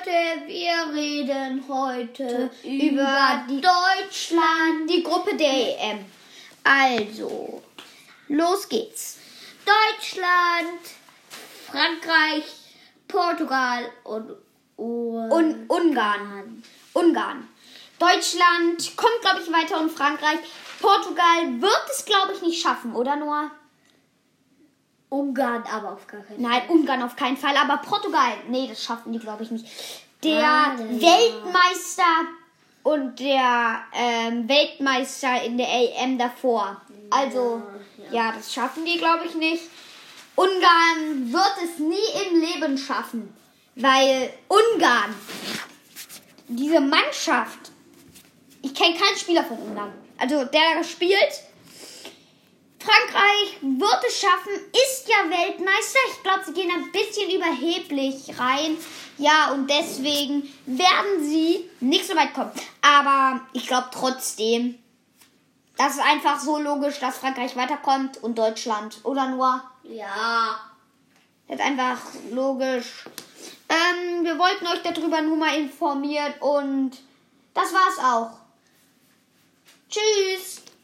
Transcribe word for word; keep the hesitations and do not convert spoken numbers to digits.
Leute, wir reden heute über die Deutschland, die Gruppe der E M. Also, los geht's. Deutschland, Frankreich, Portugal und, und, und Ungarn. Ungarn. Deutschland kommt, glaube ich, weiter und Frankreich. Portugal wird es, glaube ich, nicht schaffen, oder Noah? Ungarn aber auf gar keinen Fall. Nein, Ungarn auf keinen Fall. Aber Portugal, nee, das schaffen die, glaube ich, nicht. Der ah, Weltmeister ja. und der ähm, Weltmeister in der A M davor. Also, ja, ja das schaffen die, glaube ich, nicht. Ungarn wird es nie im Leben schaffen. Weil Ungarn, diese Mannschaft, ich kenne keinen Spieler von Ungarn. Also, der da spielt. Frankreich wird es schaffen, ist ja Weltmeister. Ich glaube, sie gehen ein bisschen überheblich rein. Ja, und deswegen werden sie nicht so weit kommen. Aber ich glaube trotzdem, das ist einfach so logisch, dass Frankreich weiterkommt und Deutschland. Oder nur? Ja. Das ist einfach logisch. Ähm, wir wollten euch darüber nur mal informieren und das war's auch. Tschüss.